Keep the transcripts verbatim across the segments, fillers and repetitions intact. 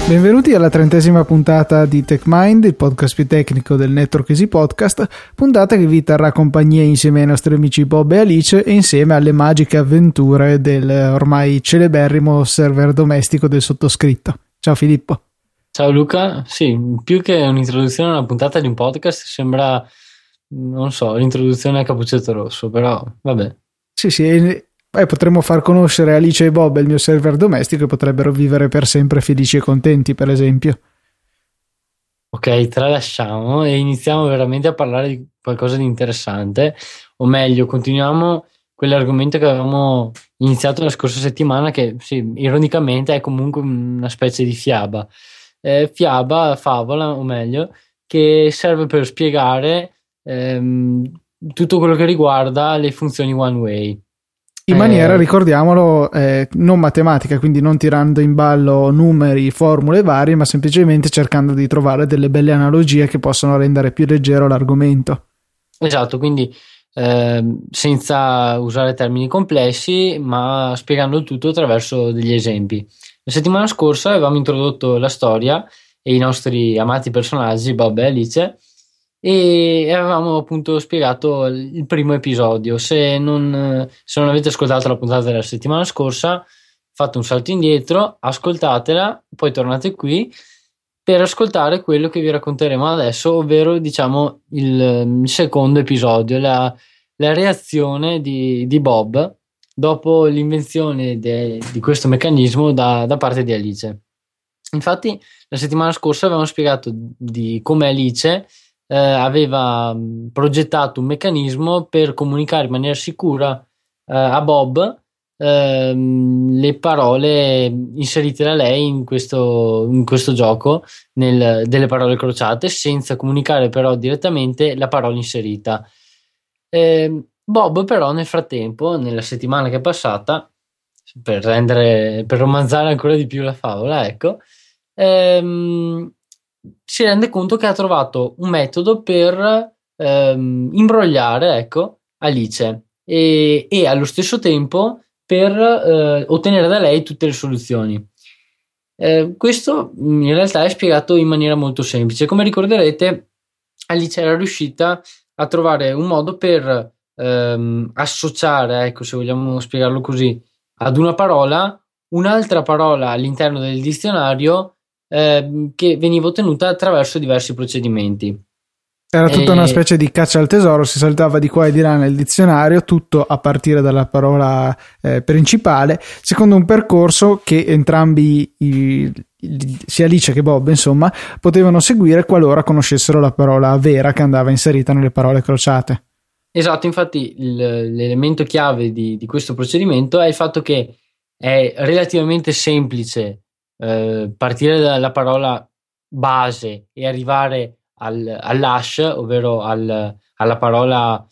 Benvenuti alla trentesima puntata di TechMind, il podcast più tecnico del network Easy Podcast, puntata che vi terrà compagnia insieme ai nostri amici Bob e Alice e insieme alle magiche avventure del ormai celeberrimo server domestico del sottoscritto. Ciao Filippo. Ciao Luca, sì, più che un'introduzione a una puntata di un podcast sembra, non so, l'introduzione a Cappuccetto Rosso, però vabbè. Sì, sì, e potremmo far conoscere Alice e Bob il mio server domestico e potrebbero vivere per sempre felici e contenti, per esempio. Ok, tralasciamo e iniziamo veramente a parlare di qualcosa di interessante, o meglio, continuiamo quell'argomento che avevamo iniziato la scorsa settimana, che sì, ironicamente è comunque una specie di fiaba. Eh, fiaba, favola, o meglio, che serve per spiegare ehm, tutto quello che riguarda le funzioni one way. In maniera, Eh, ricordiamolo, eh, non matematica, quindi non tirando in ballo numeri, formule varie, ma semplicemente cercando di trovare delle belle analogie che possono rendere più leggero l'argomento. Esatto, quindi ehm, senza usare termini complessi, ma spiegando il tutto attraverso degli esempi. La settimana scorsa avevamo introdotto la storia e i nostri amati personaggi, Bob e Alice, e avevamo appunto spiegato il primo episodio. Se non, se non avete ascoltato la puntata della settimana scorsa, fate un salto indietro, ascoltatela, poi tornate qui per ascoltare quello che vi racconteremo adesso, ovvero diciamo il, il secondo episodio, la, la reazione di, di Bob dopo l'invenzione de- di questo meccanismo da, da parte di Alice. Infatti, la settimana scorsa avevamo spiegato di come Alice eh, aveva mh, progettato un meccanismo per comunicare in maniera sicura eh, a Bob ehm, le parole inserite da lei in questo, in questo gioco, nel, delle parole crociate, senza comunicare però direttamente la parola inserita. Eh, Bob però nel frattempo, nella settimana che è passata, per rendere, per romanzare ancora di più la favola, ecco, ehm, si rende conto che ha trovato un metodo per ehm, imbrogliare, ecco, Alice e, e allo stesso tempo per eh, ottenere da lei tutte le soluzioni. Eh, questo in realtà è spiegato in maniera molto semplice. Come ricorderete, Alice era riuscita a trovare un modo per ehm, associare, ecco, se vogliamo spiegarlo così, ad una parola un'altra parola all'interno del dizionario ehm, che veniva ottenuta attraverso diversi procedimenti. Era tutta una E, specie di caccia al tesoro, si saltava di qua e di là nel dizionario, tutto a partire dalla parola eh, principale, secondo un percorso che entrambi, i, i, sia Alice che Bob, insomma, potevano seguire qualora conoscessero la parola vera che andava inserita nelle parole crociate. esatto, infatti il- l'elemento chiave di, di questo procedimento è il fatto che è relativamente semplice eh, partire dalla parola base e arrivare al, all'hash, ovvero al- alla parola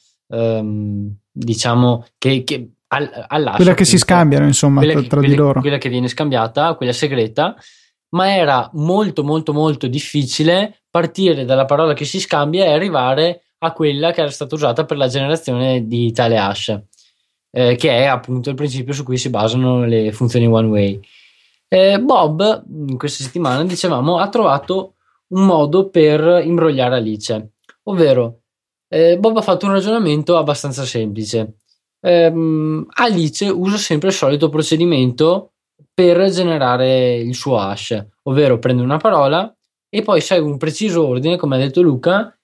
ehm, diciamo che, che al, all'hash Quella che si appunto, scambiano, insomma, quella tra, che, tra di quella- loro. quella che viene scambiata, quella segreta, ma era molto molto molto difficile partire dalla parola che si scambia e arrivare a quella che era stata usata per la generazione di tale hash, eh, che è appunto il principio su cui si basano le funzioni one way. Eh, Bob, in questa settimana, dicevamo, ha trovato un modo per imbrogliare Alice, ovvero eh, Bob ha fatto un ragionamento abbastanza semplice. Ehm, Alice usa sempre il solito procedimento per generare il suo hash, ovvero prende una parola e poi segue un preciso ordine, come ha detto Luca,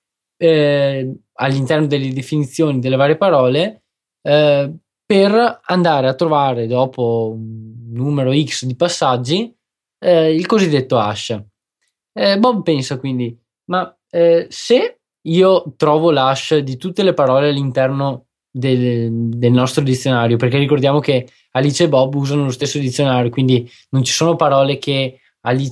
eh, all'interno delle definizioni delle varie parole, eh, per andare a trovare dopo un numero X di passaggi eh, il cosiddetto hash. Eh, Bob pensa quindi, ma eh, se io trovo l'hash di tutte le parole all'interno del, del nostro dizionario, perché ricordiamo che Alice e Bob usano lo stesso dizionario, quindi non ci sono parole che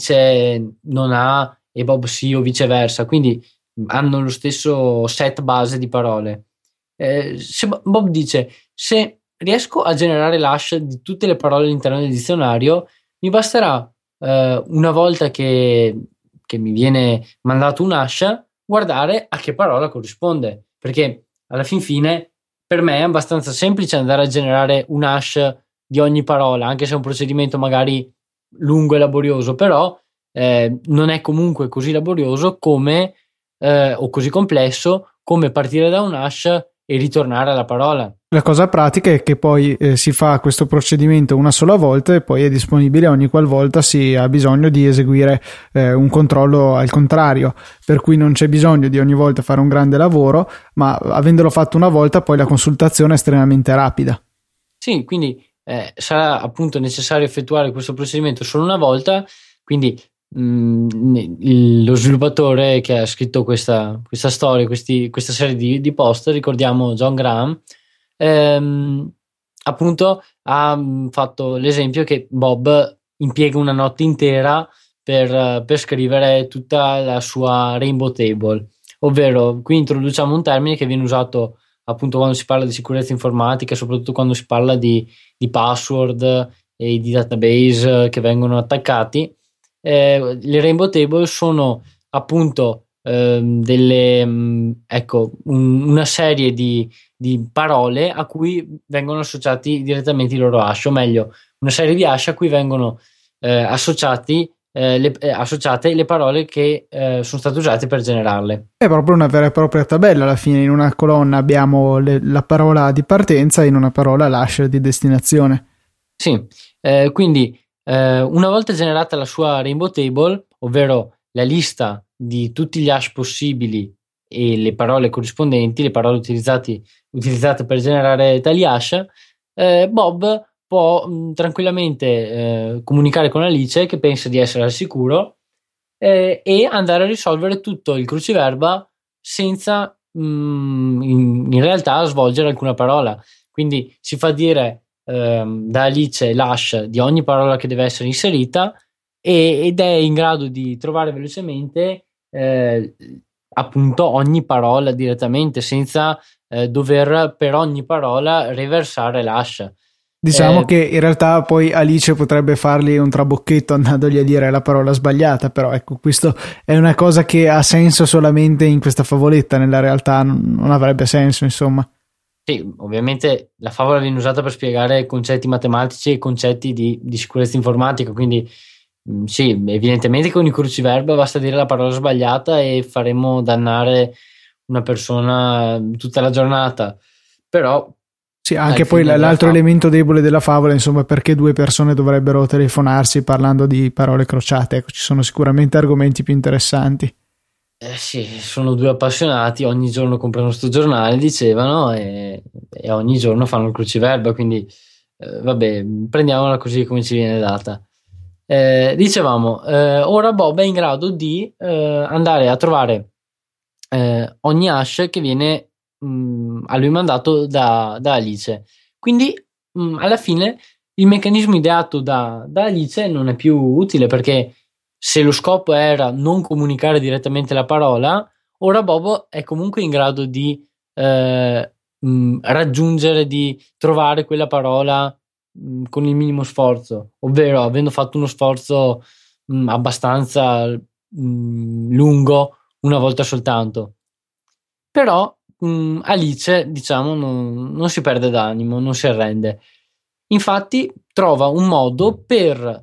Alice non ha e Bob sì o viceversa, quindi hanno lo stesso set base di parole. Eh, se Bob dice, se riesco a generare l'hash di tutte le parole all'interno del dizionario, mi basterà eh, una volta che, che mi viene mandato un hash, guardare a che parola corrisponde, perché alla fin fine per me è abbastanza semplice andare a generare un hash di ogni parola, anche se è un procedimento magari lungo e laborioso, però eh, non è comunque così laborioso come eh, o così complesso come partire da un hash e ritornare alla parola. La cosa pratica è che poi eh, si fa questo procedimento una sola volta e poi è disponibile ogni qualvolta si ha bisogno di eseguire eh, un controllo al contrario, per cui non c'è bisogno di ogni volta fare un grande lavoro, ma avendolo fatto una volta poi la consultazione è estremamente rapida. Sì, quindi eh, sarà appunto necessario effettuare questo procedimento solo una volta, quindi mh, lo sviluppatore che ha scritto questa, questa storia, questi, questa serie di, di post, ricordiamo John Graham, ehm, appunto ha fatto l'esempio che Bob impiega una notte intera per, per scrivere tutta la sua Rainbow Table, ovvero qui introduciamo un termine che viene usato appunto quando si parla di sicurezza informatica, soprattutto quando si parla di, di password e di database che vengono attaccati. Eh, le Rainbow Table sono appunto ehm, delle mh, ecco un, una serie di, di parole a cui vengono associati direttamente i loro hash, o meglio una serie di hash a cui vengono eh, associati eh, le, eh, associate le parole che eh, sono state usate per generarle. È proprio una vera e propria tabella, alla fine in una colonna abbiamo le, la parola di partenza e in una parola l'hash di destinazione. Sì, eh, quindi eh, una volta generata la sua Rainbow Table, ovvero la lista di tutti gli hash possibili e le parole corrispondenti, le parole utilizzati, utilizzate per generare tali hash, eh, Bob può mh, tranquillamente eh, comunicare con Alice, che pensa di essere al sicuro, eh, e andare a risolvere tutto il cruciverba senza mh, in, in realtà svolgere alcuna parola. Quindi si fa dire ehm, da Alice l'hash di ogni parola che deve essere inserita e, ed è in grado di trovare velocemente eh, appunto ogni parola direttamente senza eh, dover per ogni parola riversare l'hash. Diciamo Eh, che in realtà poi Alice potrebbe fargli un trabocchetto andandogli a dire la parola sbagliata, però ecco, questo è una cosa che ha senso solamente in questa favoletta, nella realtà non avrebbe senso, insomma. Sì, ovviamente la favola viene usata per spiegare concetti matematici e concetti di, di sicurezza informatica, quindi mh, sì, evidentemente con il cruciverba basta dire la parola sbagliata e faremo dannare una persona tutta la giornata, però Sì, al anche poi fine della l'altro favola. elemento debole della favola, insomma, perché due persone dovrebbero telefonarsi parlando di parole crociate, ecco, ci sono sicuramente argomenti più interessanti. Eh sì, sono due appassionati, ogni giorno comprano sto giornale, dicevano, e, e ogni giorno fanno il cruciverba, quindi eh, vabbè, prendiamola così come ci viene data. Eh, dicevamo, eh, ora Bob è in grado di eh, andare a trovare eh, ogni hash che viene mh, a lui mandato da, da Alice. Quindi mh, alla fine il meccanismo ideato da, da Alice non è più utile, perché se lo scopo era non comunicare direttamente la parola, ora Bob è comunque in grado di eh, mh, raggiungere, di trovare quella parola mh, con il minimo sforzo, ovvero avendo fatto uno sforzo mh, abbastanza mh, lungo una volta soltanto. Però mh, Alice, diciamo, non, non si perde d'animo, non si arrende. Infatti trova un modo per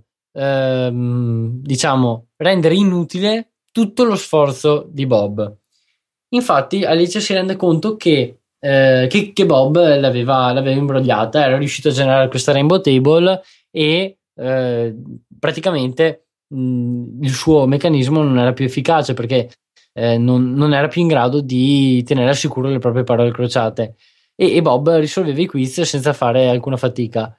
ehm, diciamo rendere inutile tutto lo sforzo di Bob. Infatti Alice si rende conto che, eh, che, che Bob l'aveva, l'aveva imbrogliata, era riuscito a generare questa Rainbow Table e eh, praticamente mh, il suo meccanismo non era più efficace, perché eh, non, non era più in grado di tenere al sicuro le proprie parole crociate, e, e Bob risolveva i quiz senza fare alcuna fatica.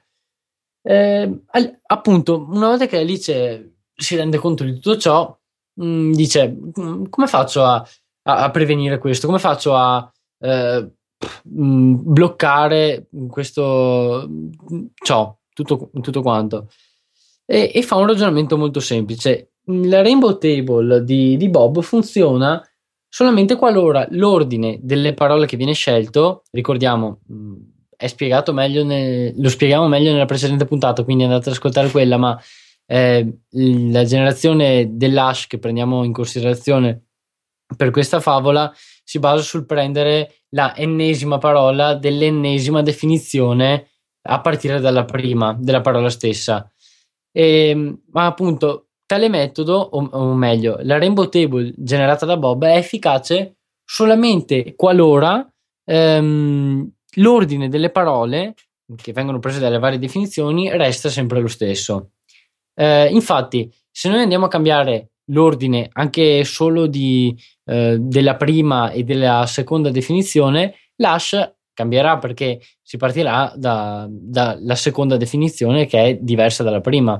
Eh, al- appunto, una volta che Alice si rende conto di tutto ciò, mh, dice: "Mm, come faccio a, a- a prevenire questo? Come faccio a eh, mh, bloccare questo mh, ciò, tutto, tutto quanto?" E, e fa un ragionamento molto semplice. La Rainbow Table di, di Bob funziona solamente qualora l'ordine delle parole che viene scelto, ricordiamo, mh, è spiegato meglio, ne- lo spieghiamo meglio nella precedente puntata, quindi andate ad ascoltare quella, ma eh, la generazione dell'hash che prendiamo in considerazione per questa favola si basa sul prendere la ennesima parola dell'ennesima definizione a partire dalla prima della parola stessa. E, ma appunto tale metodo, o, o meglio, la rainbow table generata da Bob è efficace solamente qualora ehm, l'ordine delle parole che vengono prese dalle varie definizioni resta sempre lo stesso. Eh, infatti, se noi andiamo a cambiare l'ordine anche solo di, eh, della prima e della seconda definizione, l'hash cambierà perché si partirà dalla da seconda definizione, che è diversa dalla prima,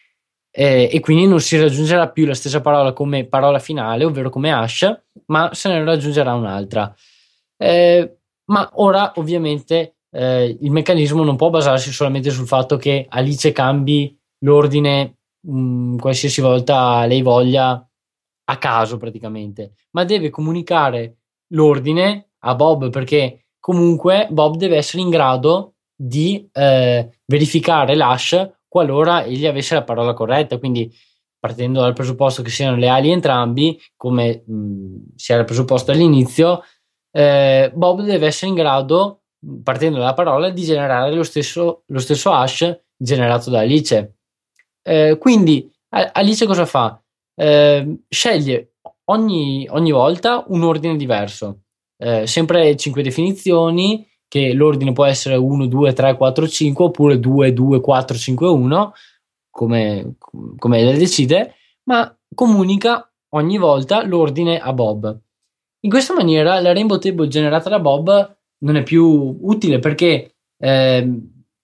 eh, e quindi non si raggiungerà più la stessa parola come parola finale, ovvero come hash, ma se ne raggiungerà un'altra. Eh, ma ora ovviamente eh, il meccanismo non può basarsi solamente sul fatto che Alice cambi l'ordine mh, qualsiasi volta lei voglia, a caso praticamente, ma deve comunicare l'ordine a Bob, perché comunque Bob deve essere in grado di eh, verificare l'hash qualora egli avesse la parola corretta. Quindi, partendo dal presupposto che siano leali entrambi, come mh, si era il presupposto all'inizio, eh, Bob deve essere in grado, partendo dalla parola, di generare lo stesso, lo stesso hash generato da Alice. Eh, quindi Alice cosa fa? Eh, sceglie ogni, ogni volta un ordine diverso, eh, sempre cinque definizioni, che l'ordine può essere uno, due, tre, quattro, cinque, oppure due, due, quattro, cinque, uno, come, come lei decide, ma comunica ogni volta l'ordine a Bob. In questa maniera la rainbow table generata da Bob non è più utile, perché eh,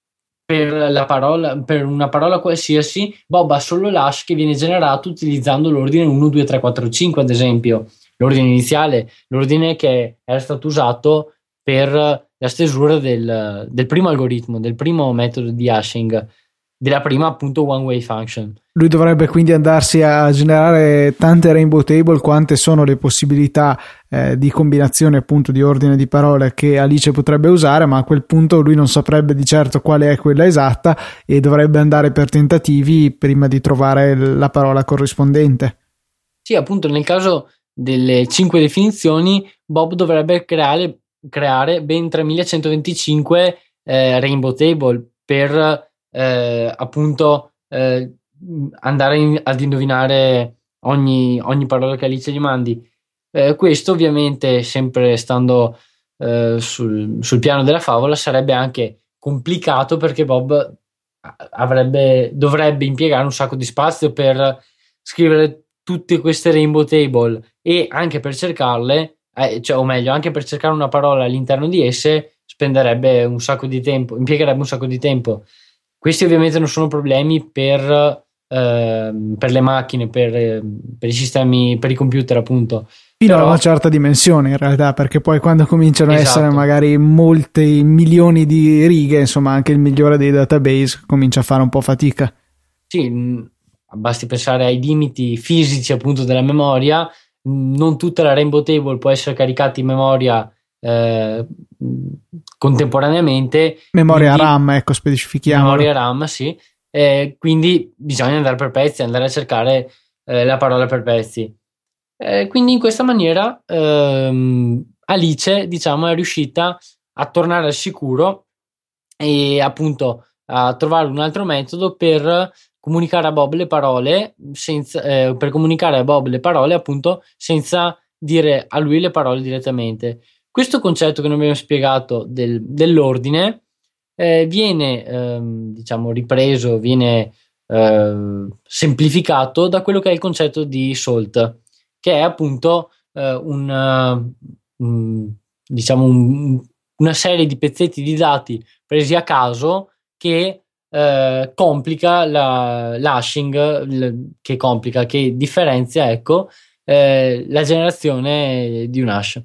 per, la parola, per una parola qualsiasi Bob ha solo l'hash che viene generato utilizzando l'ordine uno, due, tre, quattro, cinque, ad esempio l'ordine iniziale, l'ordine che era stato usato per la stesura del, del primo algoritmo, del primo metodo di hashing, della prima appunto one way function. Lui dovrebbe quindi andarsi a generare tante rainbow table quante sono le possibilità eh, di combinazione appunto di ordine di parole che Alice potrebbe usare, ma a quel punto lui non saprebbe di certo quale è quella esatta e dovrebbe andare per tentativi prima di trovare la parola corrispondente. Sì, appunto nel caso delle cinque definizioni Bob dovrebbe creare, creare ben tremilacentoventicinque eh, rainbow table per eh, appunto eh, andare in, ad indovinare ogni, ogni parola che Alice gli mandi. Eh, questo ovviamente, sempre stando eh, sul, sul piano della favola, sarebbe anche complicato, perché Bob avrebbe, dovrebbe impiegare un sacco di spazio per scrivere tutte queste rainbow table, e anche per cercarle, eh, cioè, o meglio, anche per cercare una parola all'interno di esse spenderebbe un sacco di tempo, impiegherebbe un sacco di tempo. Questi ovviamente non sono problemi per, eh, per le macchine, per, per i sistemi, per i computer appunto. Fino Però, a una certa dimensione in realtà, perché poi quando cominciano esatto. a essere magari molti milioni di righe, insomma anche il migliore dei database comincia a fare un po' fatica. Sì, basti pensare ai limiti fisici appunto della memoria. Non tutta la rainbow table può essere caricata in memoria eh, contemporaneamente. Memoria quindi, RAM, ecco, specifichiamo. Memoria RAM, sì. Eh, quindi bisogna andare per pezzi, andare a cercare eh, la parola per pezzi. Eh, quindi in questa maniera ehm, Alice, diciamo, è riuscita a tornare al sicuro e appunto a trovare un altro metodo per comunicare a Bob le parole senza, eh, per comunicare a Bob le parole appunto senza dire a lui le parole direttamente. Questo concetto che noi abbiamo spiegato del, dell'ordine eh, viene ehm, diciamo ripreso, viene eh, semplificato da quello che è il concetto di salt, che è appunto eh, un, uh, diciamo un, una serie di pezzetti di dati presi a caso che eh, complica la, l'hashing, l- che complica, che differenzia, ecco, eh, la generazione di un hash.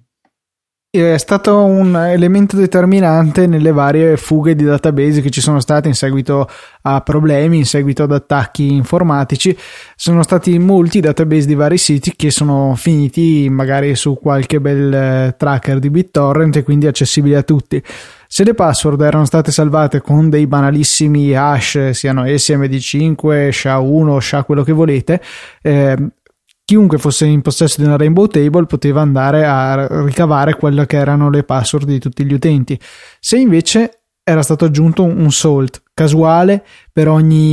È stato un elemento determinante nelle varie fughe di database che ci sono state in seguito a problemi, in seguito ad attacchi informatici. Sono stati molti database di vari siti che sono finiti magari su qualche bel tracker di BitTorrent e quindi accessibili a tutti. Se le password erano state salvate con dei banalissimi hash, siano essi M D cinque, S H A uno, S H A quello che volete, eh, chiunque fosse in possesso di una rainbow table poteva andare a ricavare quelle che erano le password di tutti gli utenti. Se invece era stato aggiunto un salt casuale per ogni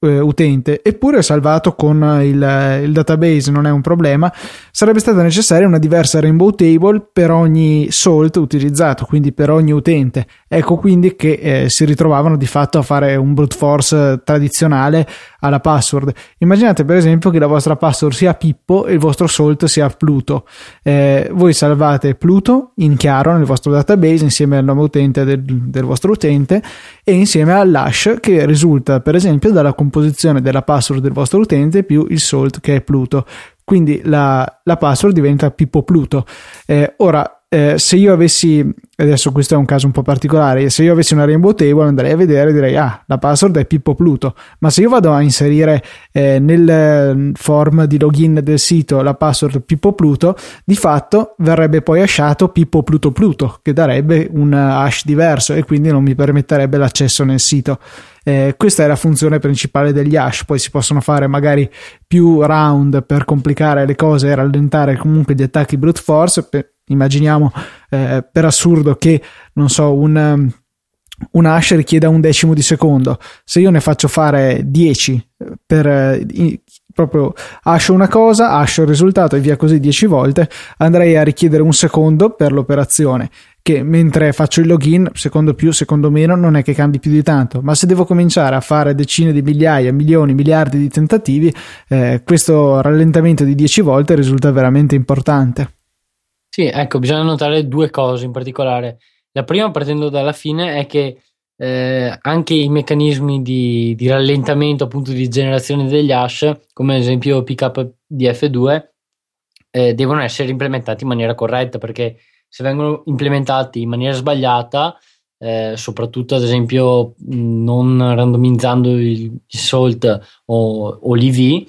eh, utente, eppure è salvato con il, il database, non è un problema. Sarebbe stata necessaria una diversa rainbow table per ogni salt utilizzato, quindi per ogni utente. Ecco quindi che eh, si ritrovavano di fatto a fare un brute force tradizionale alla password. Immaginate per esempio che la vostra password sia Pippo e il vostro salt sia Pluto. Eh, voi salvate Pluto in chiaro nel vostro database insieme al nome utente del, del vostro utente e insieme all'hash che risulta per esempio dalla composizione della password del vostro utente più il salt che è Pluto. Quindi la, la password diventa Pippo Pluto. Eh, ora Eh, se io avessi, adesso questo è un caso un po' particolare, se io avessi una rainbow table andrei a vedere e direi ah, la password è Pippo Pluto, ma se io vado a inserire eh, nel form di login del sito la password Pippo Pluto, di fatto verrebbe poi hashato Pippo Pluto Pluto, che darebbe un hash diverso e quindi non mi permetterebbe l'accesso nel sito. Eh, questa è la funzione principale degli hash. Poi si possono fare magari più round per complicare le cose e rallentare comunque gli attacchi brute force. Per, immaginiamo eh, per assurdo che non so un, um, un hash richieda un decimo di secondo. Se io ne faccio fare dieci per eh, proprio hash una cosa, hash il risultato e via così dieci volte, andrei a richiedere un secondo per l'operazione, che mentre faccio il login, secondo più, secondo meno, non è che cambi più di tanto. Ma se devo cominciare a fare decine di migliaia, milioni, miliardi di tentativi, eh, questo rallentamento di dieci volte risulta veramente importante. Sì, ecco, bisogna notare due cose in particolare. La prima, partendo dalla fine, è che eh, anche i meccanismi di, di rallentamento, appunto di generazione degli hash, come ad esempio pickup di F due, eh, devono essere implementati in maniera corretta, perché se vengono implementati in maniera sbagliata, eh, soprattutto ad esempio non randomizzando il, il salt o, o l'I V,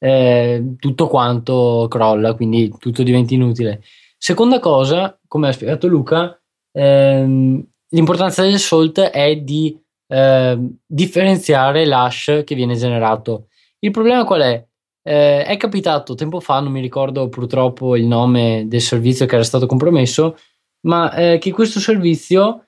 eh, tutto quanto crolla, quindi tutto diventa inutile. Seconda cosa, come ha spiegato Luca, ehm, l'importanza del salt è di eh, differenziare l'hash che viene generato. Il problema qual è? Eh, è capitato tempo fa, non mi ricordo purtroppo il nome del servizio che era stato compromesso, ma eh, che questo servizio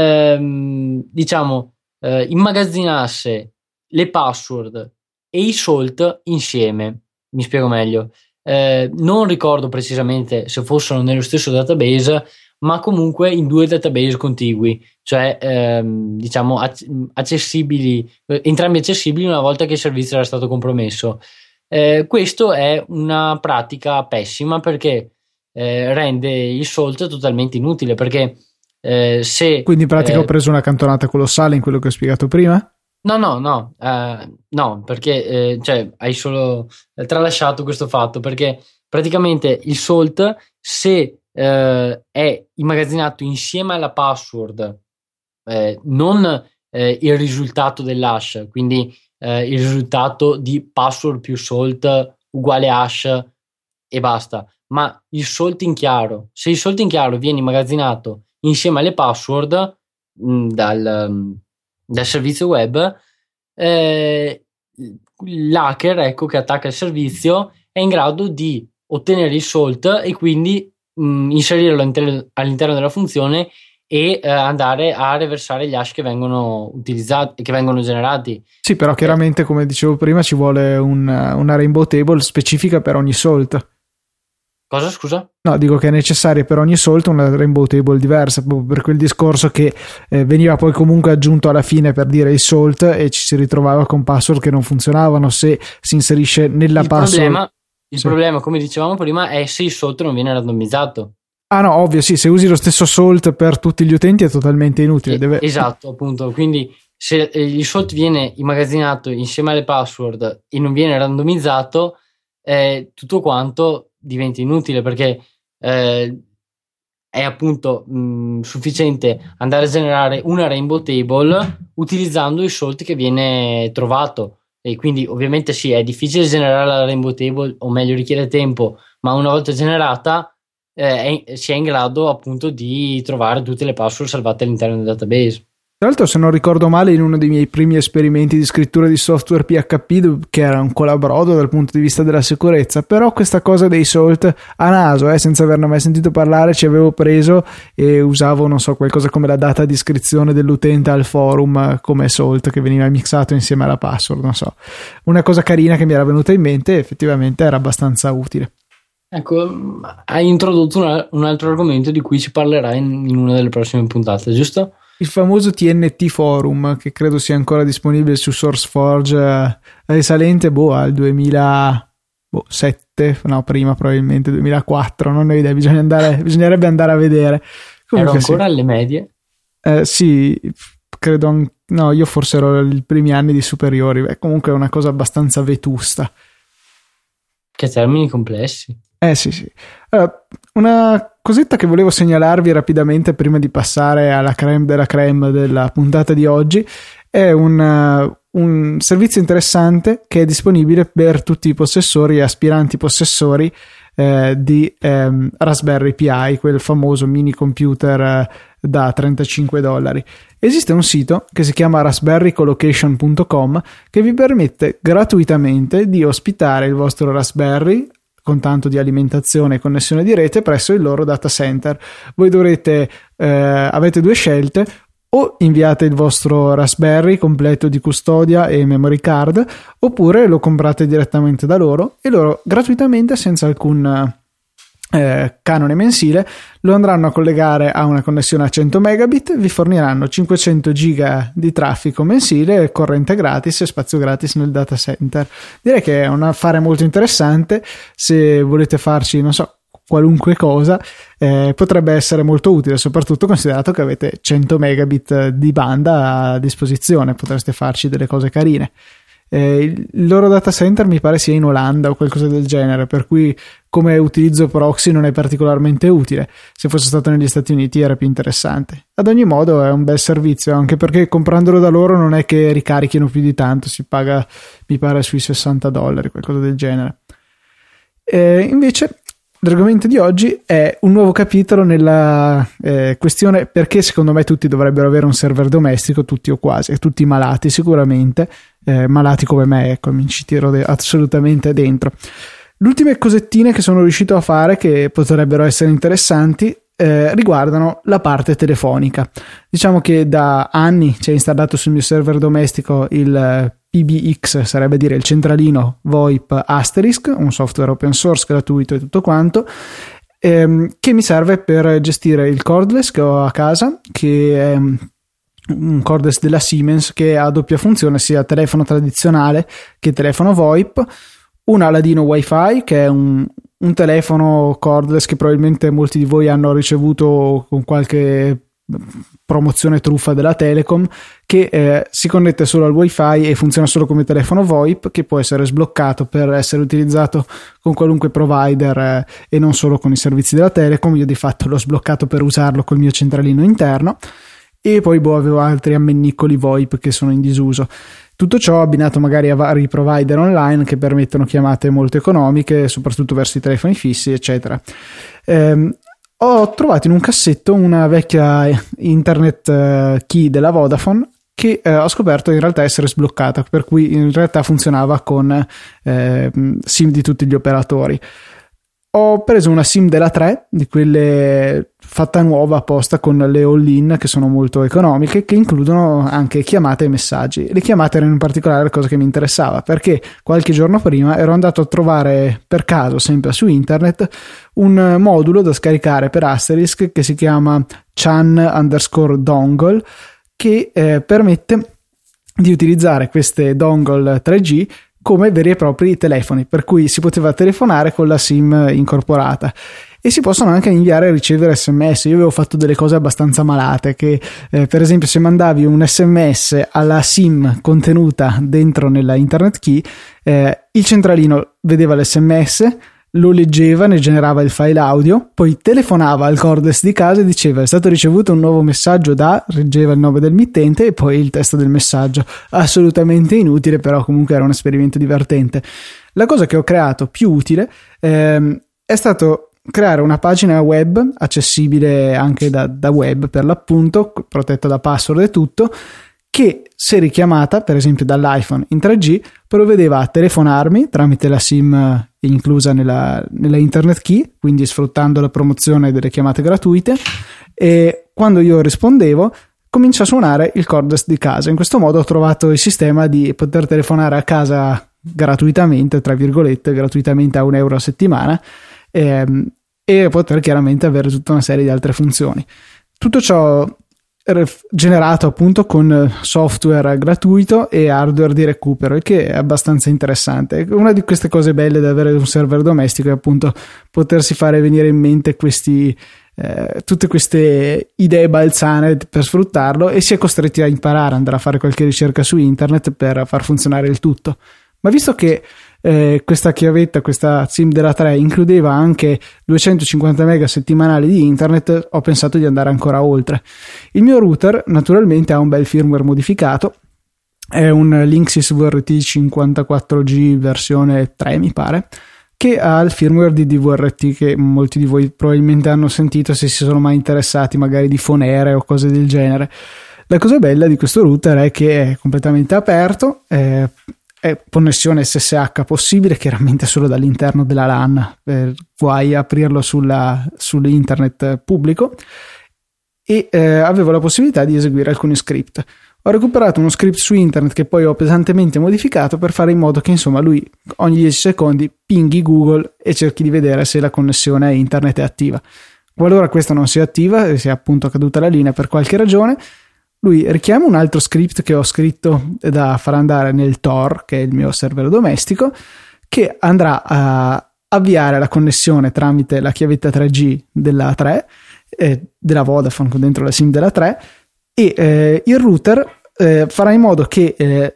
ehm, diciamo eh, immagazzinasse le password e i salt insieme. Mi spiego meglio. Eh, non ricordo precisamente se fossero nello stesso database, ma comunque in due database contigui, cioè ehm, diciamo accessibili, entrambi accessibili una volta che il servizio era stato compromesso. Eh, questo è una pratica pessima perché eh, rende il salt totalmente inutile, perché eh, se quindi in pratica eh, ho preso una cantonata colossale in quello che ho spiegato prima. No, no, no, eh, no, perché eh, cioè, hai solo tralasciato questo fatto, perché praticamente il salt, se eh, è immagazzinato insieme alla password, eh, non eh, il risultato dell'hash, quindi eh, il risultato di password più salt uguale hash e basta, ma il salt in chiaro, se il salt in chiaro viene immagazzinato insieme alle password mh, dal... dal servizio web, eh, l'hacker, ecco, che attacca il servizio è in grado di ottenere il salt e quindi mh, inserirlo all'interno, all'interno della funzione e eh, andare a reversare gli hash che vengono utilizzati, che vengono generati. Sì, però chiaramente, come dicevo prima, ci vuole un, una rainbow table specifica per ogni salt. Cosa, scusa? No, dico che è necessaria per ogni salt una rainbow table diversa, proprio per quel discorso che eh, veniva poi comunque aggiunto alla fine per dire il salt e ci si ritrovava con password che non funzionavano se si inserisce nella il password. Problema, il sì. problema, come dicevamo prima, è se il salt non viene randomizzato. Ah no, ovvio, sì, se usi lo stesso salt per tutti gli utenti è totalmente inutile. Eh, deve... Esatto, appunto, quindi se il salt viene immagazzinato insieme alle password e non viene randomizzato, eh, tutto quanto diventa inutile, perché eh, è appunto mh, sufficiente andare a generare una rainbow table utilizzando il salt che viene trovato, e quindi ovviamente sì, è difficile generare la rainbow table, o meglio richiede tempo, ma una volta generata eh, è, si è in grado appunto di trovare tutte le password salvate all'interno del database. Tra l'altro, se non ricordo male, in uno dei miei primi esperimenti di scrittura di software P H P, che era un colabrodo dal punto di vista della sicurezza, però questa cosa dei salt a naso, eh, senza averne mai sentito parlare, ci avevo preso e usavo, non so, qualcosa come la data di iscrizione dell'utente al forum come salt, che veniva mixato insieme alla password, non so. Una cosa carina che mi era venuta in mente e effettivamente era abbastanza utile. Ecco, hai introdotto una, un altro argomento di cui ci parlerai in, in una delle prossime puntate, giusto? Il famoso T N T Forum, che credo sia ancora disponibile su SourceForge, eh, risalente boh, al duemilasette, no, prima probabilmente duemilaquattro, non ho idea, bisogna andare, bisognerebbe andare a vedere. Comunque, ero ancora sì. Alle medie? Eh, sì, credo, no, io forse ero i primi anni di superiori, beh, comunque è una cosa abbastanza vetusta. Che termini complessi. Eh sì sì. Allora, una cosetta che volevo segnalarvi rapidamente prima di passare alla crème della crème della puntata di oggi è un, uh, un servizio interessante che è disponibile per tutti i possessori e aspiranti possessori eh, di ehm, Raspberry Pi, quel famoso mini computer eh, da trentacinque dollari. Esiste un sito che si chiama raspberry colocation punto com che vi permette gratuitamente di ospitare il vostro Raspberry con tanto di alimentazione e connessione di rete presso il loro data center. Voi dovrete eh, avete due scelte: o inviate il vostro Raspberry completo di custodia e memory card, oppure lo comprate direttamente da loro e loro gratuitamente, senza alcun eh, canone mensile, lo andranno a collegare a una connessione a cento megabit, vi forniranno cinquecento giga di traffico mensile, corrente gratis e spazio gratis nel data center. Direi che è un affare molto interessante. Se volete farci, non so, qualunque cosa, eh, potrebbe essere molto utile, soprattutto considerato che avete cento megabit di banda a disposizione, potreste farci delle cose carine. Eh, il loro data center mi pare sia in Olanda o qualcosa del genere, per cui come utilizzo proxy non è particolarmente utile. Se fosse stato negli Stati Uniti era più interessante. Ad ogni modo è un bel servizio, anche perché comprandolo da loro non è che ricarichino più di tanto, si paga mi pare sui sessanta dollari, qualcosa del genere. Eh, invece l'argomento di oggi è un nuovo capitolo nella eh, questione perché secondo me tutti dovrebbero avere un server domestico, tutti o quasi, e tutti malati sicuramente, eh, malati come me, ecco, mi ci tiro de- assolutamente dentro. Le ultime cosettine che sono riuscito a fare, che potrebbero essere interessanti, eh, riguardano la parte telefonica. Diciamo che da anni c'è installato sul mio server domestico il P B X, sarebbe dire il centralino VoIP Asterisk, un software open source gratuito e tutto quanto, ehm, che mi serve per gestire il cordless che ho a casa, che è un cordless della Siemens che ha doppia funzione, sia telefono tradizionale che telefono VoIP, un Aladino Wi-Fi che è un, un telefono cordless che probabilmente molti di voi hanno ricevuto con qualche promozione truffa della Telecom, che eh, si connette solo al wifi e funziona solo come telefono VoIP, che può essere sbloccato per essere utilizzato con qualunque provider eh, e non solo con i servizi della Telecom. Io di fatto l'ho sbloccato per usarlo col mio centralino interno, e poi boh, avevo altri ammennicoli VoIP che sono in disuso. Tutto ciò abbinato magari a vari provider online che permettono chiamate molto economiche, soprattutto verso i telefoni fissi, eccetera. Ehm, Ho trovato in un cassetto una vecchia internet key della Vodafone che eh, ho scoperto in realtà essere sbloccata, per cui in realtà funzionava con eh, SIM di tutti gli operatori. Ho preso una SIM della tre, di quelle fatta nuova apposta con le all-in, che sono molto economiche, che includono anche chiamate e messaggi. Le chiamate erano in particolare la cosa che mi interessava, perché qualche giorno prima ero andato a trovare per caso, sempre su internet, un modulo da scaricare per Asterisk che si chiama Chan underscore dongle, che eh, permette di utilizzare queste dongle tre G come veri e propri telefoni, per cui si poteva telefonare con la SIM incorporata e si possono anche inviare e ricevere sms. Io avevo fatto delle cose abbastanza malate, che eh, per esempio se mandavi un sms alla SIM contenuta dentro nella internet key, eh, il centralino vedeva l'sms, lo leggeva, ne generava il file audio, poi telefonava al cordless di casa e diceva: è stato ricevuto un nuovo messaggio da, leggeva il nome del mittente e poi il testo del messaggio. Assolutamente inutile, però comunque era un esperimento divertente. La cosa che ho creato più utile ehm, è stato creare una pagina web accessibile anche da, da web per l'appunto, protetta da password e tutto, che se richiamata per esempio dall'iPhone in tre G provvedeva a telefonarmi tramite la SIM inclusa nella, nella internet key, quindi sfruttando la promozione delle chiamate gratuite, e quando io rispondevo comincia a suonare il cordless di casa. In questo modo ho trovato il sistema di poter telefonare a casa gratuitamente, tra virgolette, gratuitamente a un euro a settimana, ehm, e poter chiaramente avere tutta una serie di altre funzioni. Tutto ciò generato appunto con software gratuito e hardware di recupero, il che è abbastanza interessante. Una di queste cose belle di avere un server domestico è appunto potersi fare venire in mente questi eh, tutte queste idee balzane per sfruttarlo, e si è costretti a imparare, andare a fare qualche ricerca su internet per far funzionare il tutto. Ma visto che eh, questa chiavetta, questa SIM della tre includeva anche duecentocinquanta mega settimanali di internet, ho pensato di andare ancora oltre. Il mio router naturalmente ha un bel firmware modificato, è un Linksys V R T cinquantaquattro G versione tre mi pare, che ha il firmware di D V R T che molti di voi probabilmente hanno sentito se si sono mai interessati magari di fonere o cose del genere. La cosa bella di questo router è che è completamente aperto, è è connessione S S H possibile, chiaramente solo dall'interno della LAN, per guai aprirlo sulla, sull'internet pubblico, e eh, avevo la possibilità di eseguire alcuni script. Ho recuperato uno script su internet che poi ho pesantemente modificato per fare in modo che insomma lui ogni dieci secondi pinghi Google e cerchi di vedere se la connessione a internet è attiva. Qualora questa non sia attiva e sia appunto caduta la linea per qualche ragione, lui richiama un altro script che ho scritto da far andare nel Tor, che è il mio server domestico, che andrà a avviare la connessione tramite la chiavetta tre G della tre, eh, della Vodafone con dentro la SIM della tre, e eh, il router eh, farà in modo che eh,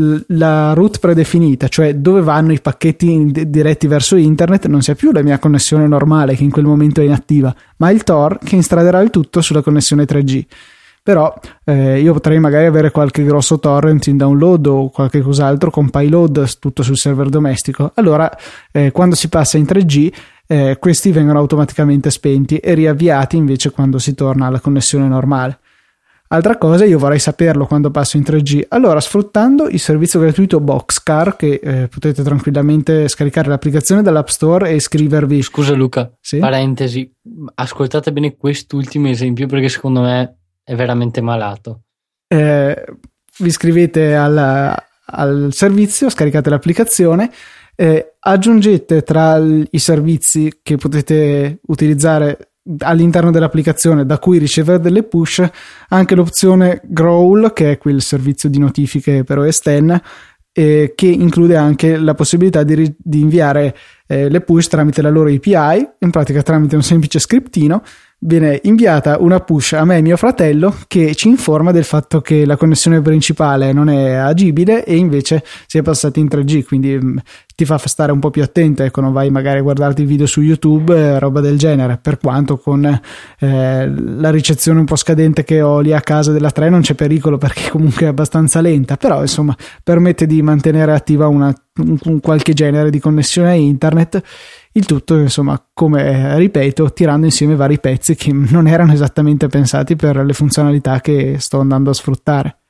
la route predefinita, cioè dove vanno i pacchetti in- diretti verso internet, non sia più la mia connessione normale che in quel momento è inattiva, ma il Tor che instraderà il tutto sulla connessione tre G. Però eh, io potrei magari avere qualche grosso torrent in download o qualche cos'altro con payload tutto sul server domestico. Allora eh, quando si passa in tre G eh, questi vengono automaticamente spenti e riavviati invece quando si torna alla connessione normale. Altra cosa, io vorrei saperlo quando passo in tre G. Allora, sfruttando il servizio gratuito Boxcar, che eh, potete tranquillamente scaricare l'applicazione dall'App Store e iscrivervi. Scusa Luca, sì? Parentesi, ascoltate bene quest'ultimo esempio perché secondo me è veramente malato. Eh, vi iscrivete al, al servizio, scaricate l'applicazione, eh, aggiungete tra i servizi che potete utilizzare all'interno dell'applicazione da cui ricevere delle push anche l'opzione Growl, che è quel servizio di notifiche per O S X, eh, che include anche la possibilità di, ri- di inviare eh, le push tramite la loro A P I, in pratica tramite un semplice scriptino. Viene inviata una push a me e mio fratello che ci informa del fatto che la connessione principale non è agibile e invece si è passati in tre G, quindi mh, ti fa stare un po' più attento, ecco, non vai magari a guardarti video su YouTube, eh, roba del genere, per quanto con eh, la ricezione un po' scadente che ho lì a casa della tre non c'è pericolo perché comunque è abbastanza lenta, però insomma permette di mantenere attiva una, un, un qualche genere di connessione a internet. Il tutto, insomma, come ripeto, tirando insieme vari pezzi che non erano esattamente pensati per le funzionalità che sto andando a sfruttare.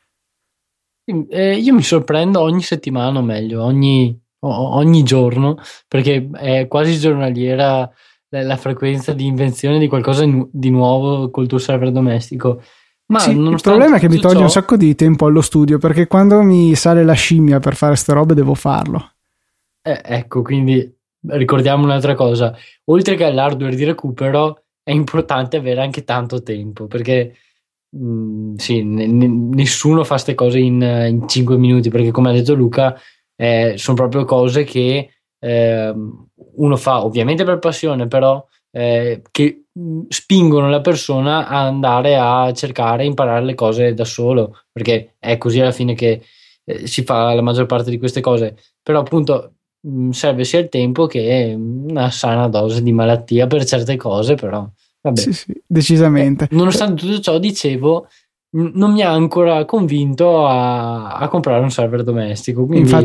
Eh, io mi sorprendo ogni settimana, o meglio, ogni, o- ogni giorno, perché è quasi giornaliera la, la frequenza di invenzione di qualcosa nu- di nuovo col tuo server domestico. Ma sì, il nonostante problema è che mi tutto toglie ciò- un sacco di tempo allo studio, perché quando mi sale la scimmia per fare ste robe devo farlo. Eh, ecco, quindi ricordiamo un'altra cosa, oltre che all'hardware di recupero è importante avere anche tanto tempo, perché mh, sì, ne- ne- nessuno fa queste cose in, in cinque minuti, perché come ha detto Luca eh, sono proprio cose che ehm, uno fa ovviamente per passione, però eh, che mh, spingono la persona a andare a cercare e imparare le cose da solo, perché è così alla fine che eh, si fa la maggior parte di queste cose, però appunto mh, serve sia il tempo che una sana dose di malattia per certe cose, però vabbè. Sì, sì, decisamente. Eh, nonostante tutto ciò, dicevo, n- non mi ha ancora convinto a, a comprare un server domestico, quindi Infatti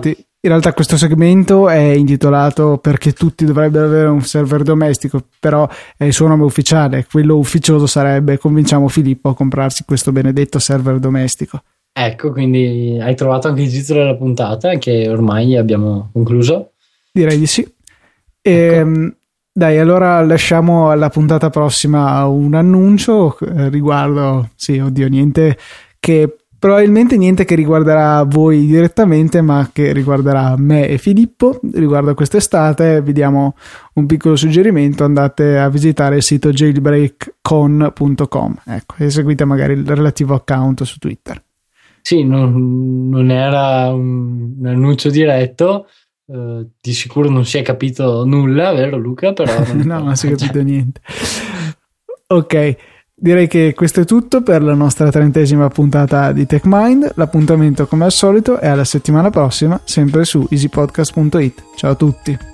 In realtà questo segmento è intitolato Perché tutti dovrebbero avere un server domestico, però è il suo nome ufficiale, quello ufficioso sarebbe Convinciamo Filippo a comprarsi questo benedetto server domestico. Ecco, quindi hai trovato anche il titolo della puntata, che ormai abbiamo concluso? Direi di sì. E, ecco. Dai, allora lasciamo alla puntata prossima un annuncio eh, riguardo, sì, oddio, niente che... Probabilmente niente che riguarderà voi direttamente, ma che riguarderà me e Filippo. Riguardo a quest'estate vi diamo un piccolo suggerimento: andate a visitare il sito jailbreak con punto com, ecco, e seguite magari il relativo account su Twitter. Sì, non, non era un, un annuncio diretto, eh, di sicuro non si è capito nulla, vero Luca? Però non no, non si è capito niente. Ok. Direi che questo è tutto per la nostra trentesima puntata di TechMind. L'appuntamento come al solito è alla settimana prossima, sempre su easy podcast punto it. Ciao a tutti.